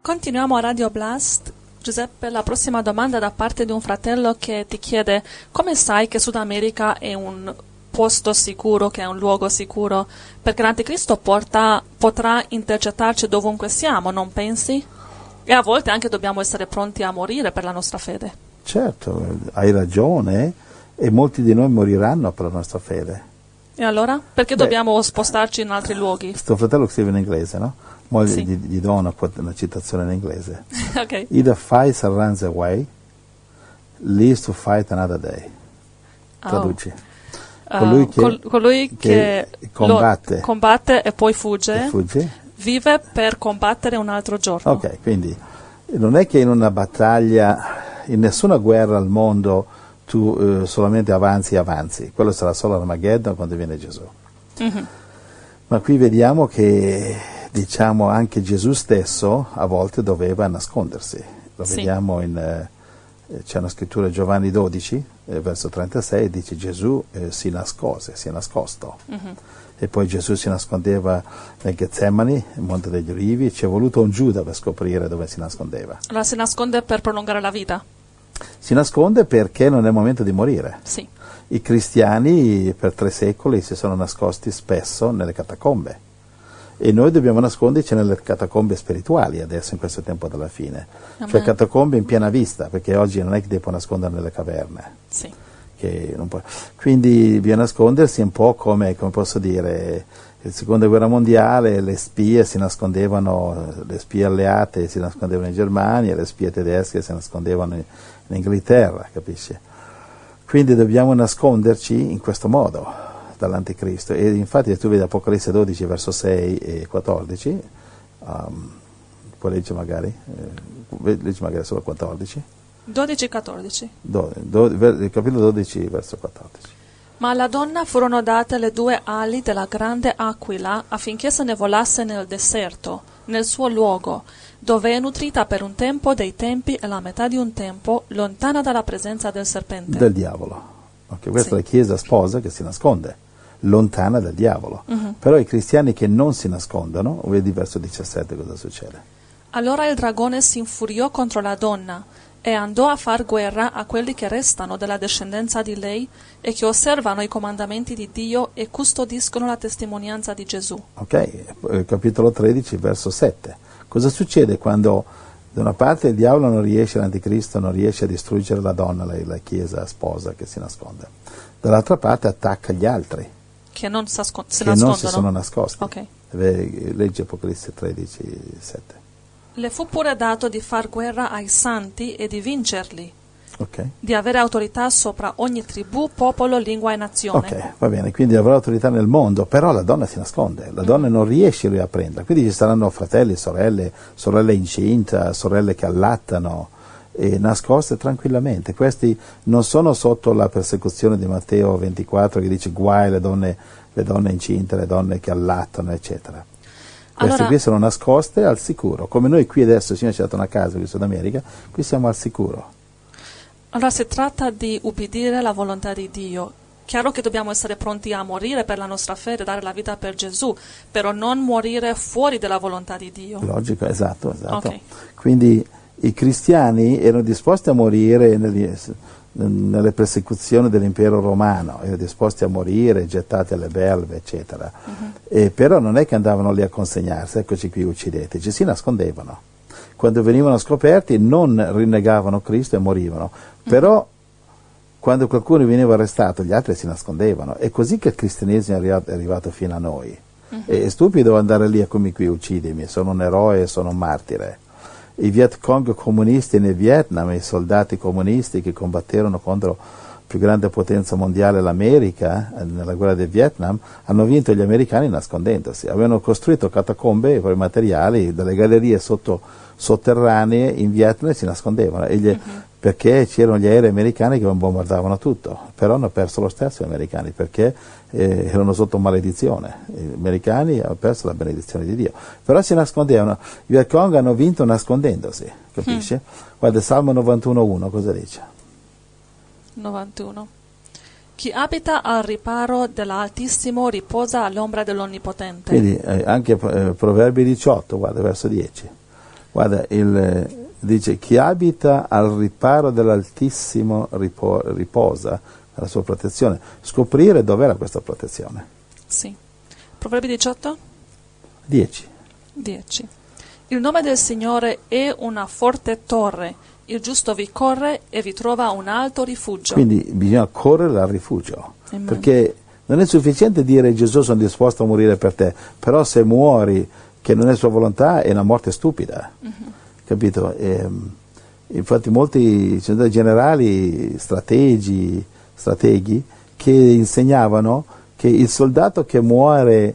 Continuiamo a Radio Blast. Giuseppe, la prossima domanda da parte di un fratello che ti chiede: come sai che Sud America è un posto sicuro, che è un luogo sicuro? Perché l'Anticristo potrà intercettarci dovunque siamo, non pensi? E a volte anche dobbiamo essere pronti a morire per la nostra fede. Certo, hai ragione, e molti di noi moriranno per la nostra fede. E allora? Perché dobbiamo spostarci in altri luoghi? Sto fratello scrive in inglese, no? Sì. Gli do una citazione in inglese. Ok. He that fights and runs away lives to fight another day. Traduci. Colui che combatte e poi fugge, vive per combattere un altro giorno. Ok, quindi non è che in una battaglia, in nessuna guerra al mondo tu solamente avanzi, quello sarà solo Armageddon quando viene Gesù. Mm-hmm. Ma qui vediamo che, diciamo, anche Gesù stesso a volte doveva nascondersi. Lo vediamo c'è una scrittura, Giovanni 12, verso 36, dice Gesù si è nascosto. Mm-hmm. E poi Gesù si nascondeva nel Getsemani, il Monte degli Ulivi, ci è voluto un Giuda per scoprire dove si nascondeva. Allora si nasconde per prolungare la vita? Si nasconde perché non è il momento di morire. Sì. I cristiani per 3 secoli si sono nascosti spesso nelle catacombe e noi dobbiamo nasconderci nelle catacombe spirituali adesso in questo tempo della fine. Amen. Cioè catacombe in piena vista, perché oggi non è che devo nascondere nelle caverne. Sì. Che non può. Quindi bisogna nascondersi un po' come posso dire, la seconda guerra mondiale le spie si nascondevano, le spie alleate si nascondevano in Germania, le spie tedesche si nascondevano in Inghilterra, capisci? Quindi dobbiamo nasconderci in questo modo dall'Anticristo. E infatti tu vedi Apocalisse 12 verso 6 e 14, puoi leggere magari, solo 14. 12 e 14. Capitolo 12 verso 14. Ma alla donna furono date le 2 ali della grande aquila affinché se ne volasse nel deserto, nel suo luogo, dove è nutrita per un tempo dei tempi e la metà di un tempo, lontana dalla presenza del serpente. Del diavolo. Okay, questa è la Chiesa sposa che si nasconde, lontana dal diavolo. Uh-huh. Però i cristiani che non si nascondono, vedi verso 17 cosa succede. Allora il dragone si infuriò contro la donna e andò a far guerra a quelli che restano della discendenza di lei e che osservano i comandamenti di Dio e custodiscono la testimonianza di Gesù. Ok, capitolo 13, verso 7. Cosa succede quando da una parte il diavolo non riesce, l'anticristo non riesce a distruggere la donna, la chiesa sposa che si nasconde, dall'altra parte attacca gli altri che non si non si sono nascosti. Okay. Legge Apocalisse 13, 7. Le fu pure dato di far guerra ai santi e di vincerli, okay. Di avere autorità sopra ogni tribù, popolo, lingua e nazione. Ok, va bene, quindi avrà autorità nel mondo, però la donna si nasconde, la donna non riesce lui a prenderla, quindi ci saranno fratelli, sorelle incinte, sorelle che allattano, e nascoste tranquillamente. Questi non sono sotto la persecuzione di Matteo 24 che dice guai le donne incinte, le donne che allattano, eccetera. Queste qui sono nascoste al sicuro, come noi qui adesso, il Signore ci ha dato una casa qui in Sud America, qui siamo al sicuro. Allora si tratta di ubbidire la volontà di Dio. Chiaro che dobbiamo essere pronti a morire per la nostra fede, dare la vita per Gesù, però non morire fuori dalla volontà di Dio. Logico, esatto. Okay. Quindi i cristiani erano disposti a morire nelle persecuzioni dell'impero romano, erano disposti a morire, gettati alle belve, eccetera. Uh-huh. Però non è che andavano lì a consegnarsi, eccoci qui, uccideteci, si nascondevano. Quando venivano scoperti non rinnegavano Cristo e morivano, però quando qualcuno veniva arrestato gli altri si nascondevano. È così che il cristianesimo è arrivato fino a noi. Uh-huh. È stupido andare lì a come qui uccidimi, sono un eroe, sono un martire. I Viet Cong comunisti nel Vietnam, i soldati comunisti che combatterono contro la più grande potenza mondiale, l'America, nella guerra del Vietnam, hanno vinto gli americani nascondendosi. Avevano costruito catacombe per i materiali, delle gallerie sotterranee in Vietnam e si nascondevano. Perché c'erano gli aerei americani che bombardavano tutto, però hanno perso lo stesso gli americani perché erano sotto maledizione. Gli americani hanno perso la benedizione di Dio, però si nascondevano. I Viet Cong hanno vinto nascondendosi, capisci? Guarda, Salmo 91:1 cosa dice? 91. Chi abita al riparo dell'Altissimo riposa all'ombra dell'Onnipotente. Quindi anche Proverbi 18, guarda, verso 10. Guarda, dice chi abita al riparo dell'Altissimo riposa nella sua protezione. Scoprire dov'era questa protezione. Sì. Proverbi 18? 10. Il nome del Signore è una forte torre, il giusto vi corre e vi trova un alto rifugio. Quindi bisogna correre al rifugio, Amen. perché non è sufficiente dire Gesù sono disposto a morire per te, però se muori che non è sua volontà è una morte stupida, capito? Infatti molti generali strateghi che insegnavano che il soldato che muore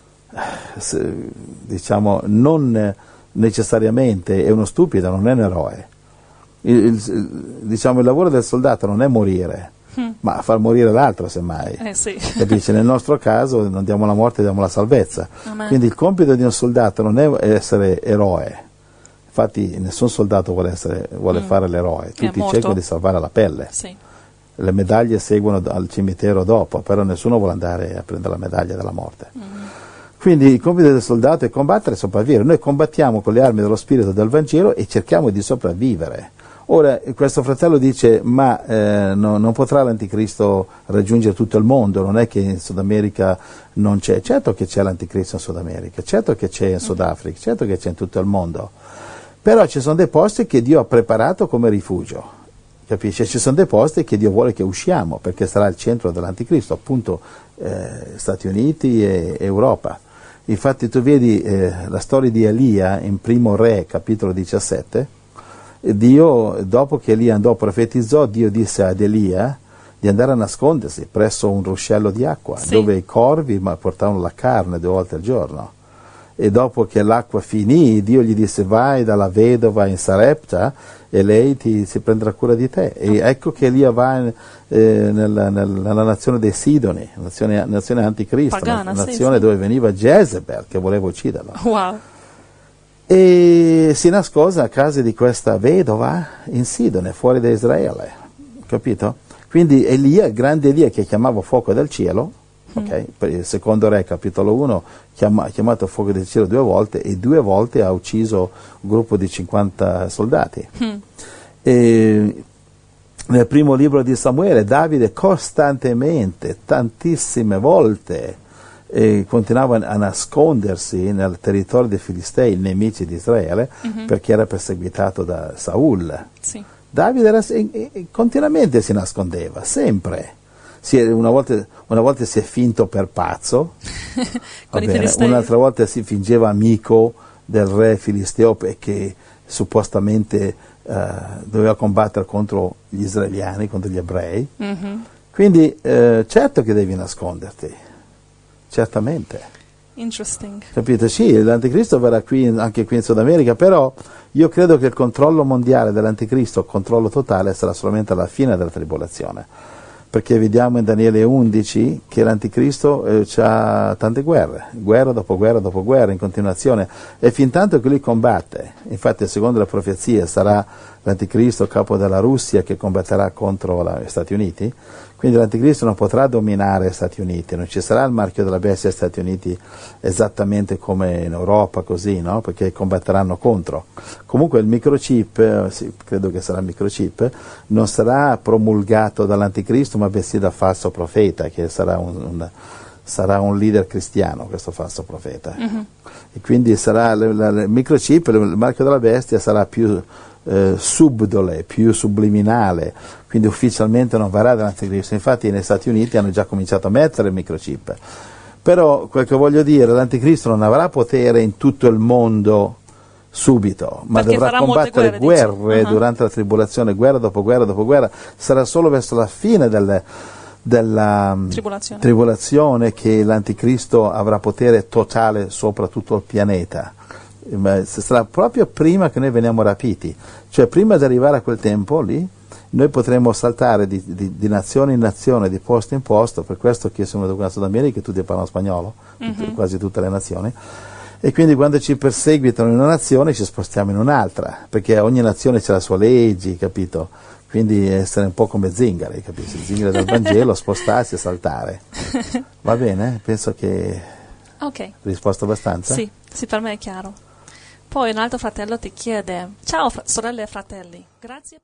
diciamo non necessariamente è uno stupido, non è un eroe. Diciamo il lavoro del soldato non è morire, ma far morire l'altro semmai. Sì. Capisci? Nel nostro caso non diamo la morte, diamo la salvezza. Amen. Quindi il compito di un soldato non è essere eroe. Infatti nessun soldato vuole fare l'eroe, tutti cercano di salvare la pelle. Sì. Le medaglie seguono al cimitero dopo, però nessuno vuole andare a prendere la medaglia della morte. Quindi il compito del soldato è combattere e sopravvivere. Noi combattiamo con le armi dello Spirito del Vangelo e cerchiamo di sopravvivere. Ora, questo fratello dice, ma non potrà l'Anticristo raggiungere tutto il mondo, non è che in Sud America non c'è. Certo che c'è l'Anticristo in Sud America, certo che c'è in Sudafrica, certo che c'è in tutto il mondo. Però ci sono dei posti che Dio ha preparato come rifugio, capisci? Ci sono dei posti che Dio vuole che usciamo, perché sarà il centro dell'Anticristo, appunto Stati Uniti e Europa. Infatti tu vedi la storia di Elia in Primo Re, capitolo 17, Dio, dopo che Elia andò profetizzò, Dio disse ad Elia di andare a nascondersi presso un ruscello di acqua, sì, dove i corvi portavano la carne 2 volte al giorno. E dopo che l'acqua finì, Dio gli disse vai dalla vedova in Sarepta e lei si prenderà cura di te. E ecco che Elia va nella nazione dei Sidoni, nazione anticristo, pagana, nazione sì, dove veniva Jezebel che voleva ucciderlo. Wow. E si nascose a casa di questa vedova in Sidone, fuori da Israele, capito? Quindi Elia, grande Elia che chiamava fuoco dal cielo, okay? Per il secondo Re, capitolo 1, ha chiamato fuoco del cielo 2 volte e 2 volte ha ucciso un gruppo di 50 soldati. E nel primo libro di Samuele, Davide costantemente, tantissime volte, continuava a nascondersi nel territorio dei Filistei, nemici di Israele, perché era perseguitato da Saul. Sì. Davide continuamente si nascondeva, sempre. Una volta si è finto per pazzo, Con i Filistei. un'altra volta si fingeva amico del re filisteo perché suppostamente doveva combattere contro gli israeliani, contro gli ebrei. Quindi certo che devi nasconderti. Certamente. Interesting. Capito? Sì, l'Anticristo verrà anche qui in Sud America, però io credo che il controllo mondiale dell'Anticristo, il controllo totale, sarà solamente alla fine della tribolazione. Perché vediamo in Daniele 11 che l'Anticristo ha tante guerra dopo guerra dopo guerra in continuazione, e fin tanto che lui combatte. Infatti, secondo le profezie, sarà l'Anticristo capo della Russia che combatterà contro gli Stati Uniti. Quindi l'Anticristo non potrà dominare gli Stati Uniti, non ci sarà il marchio della bestia agli Stati Uniti esattamente come in Europa, così, no? Perché combatteranno contro. Comunque il microchip, sì, credo che sarà il microchip, non sarà promulgato dall'Anticristo, ma bensì dal falso profeta, che sarà sarà un leader cristiano, questo falso profeta. E quindi sarà il microchip, il marchio della bestia sarà più subdole, più subliminale, quindi ufficialmente non verrà dall'Anticristo. Infatti negli Stati Uniti hanno già cominciato a mettere il microchip, però quel che voglio dire, l'Anticristo non avrà potere in tutto il mondo subito, ma perché dovrà combattere guerre durante la tribolazione, guerra dopo guerra dopo guerra. Sarà solo verso la fine della tribolazione che l'Anticristo avrà potere totale sopra tutto il pianeta. Ma sarà proprio prima che noi veniamo rapiti, cioè prima di arrivare a quel tempo lì noi potremo saltare di nazione in nazione, di posto in posto. Per questo che io sono venuto in Sud America e tutti parlano spagnolo, quasi tutte le nazioni, e quindi quando ci perseguitano in una nazione ci spostiamo in un'altra, perché ogni nazione ha le sue leggi, capito? Quindi essere un po' come zingari, capisci? Zingari del Vangelo, spostarsi e saltare. Va bene? Penso che Ok. risposto abbastanza? Sì, per me è chiaro. Poi un altro fratello ti chiede: ciao sorelle e fratelli, grazie.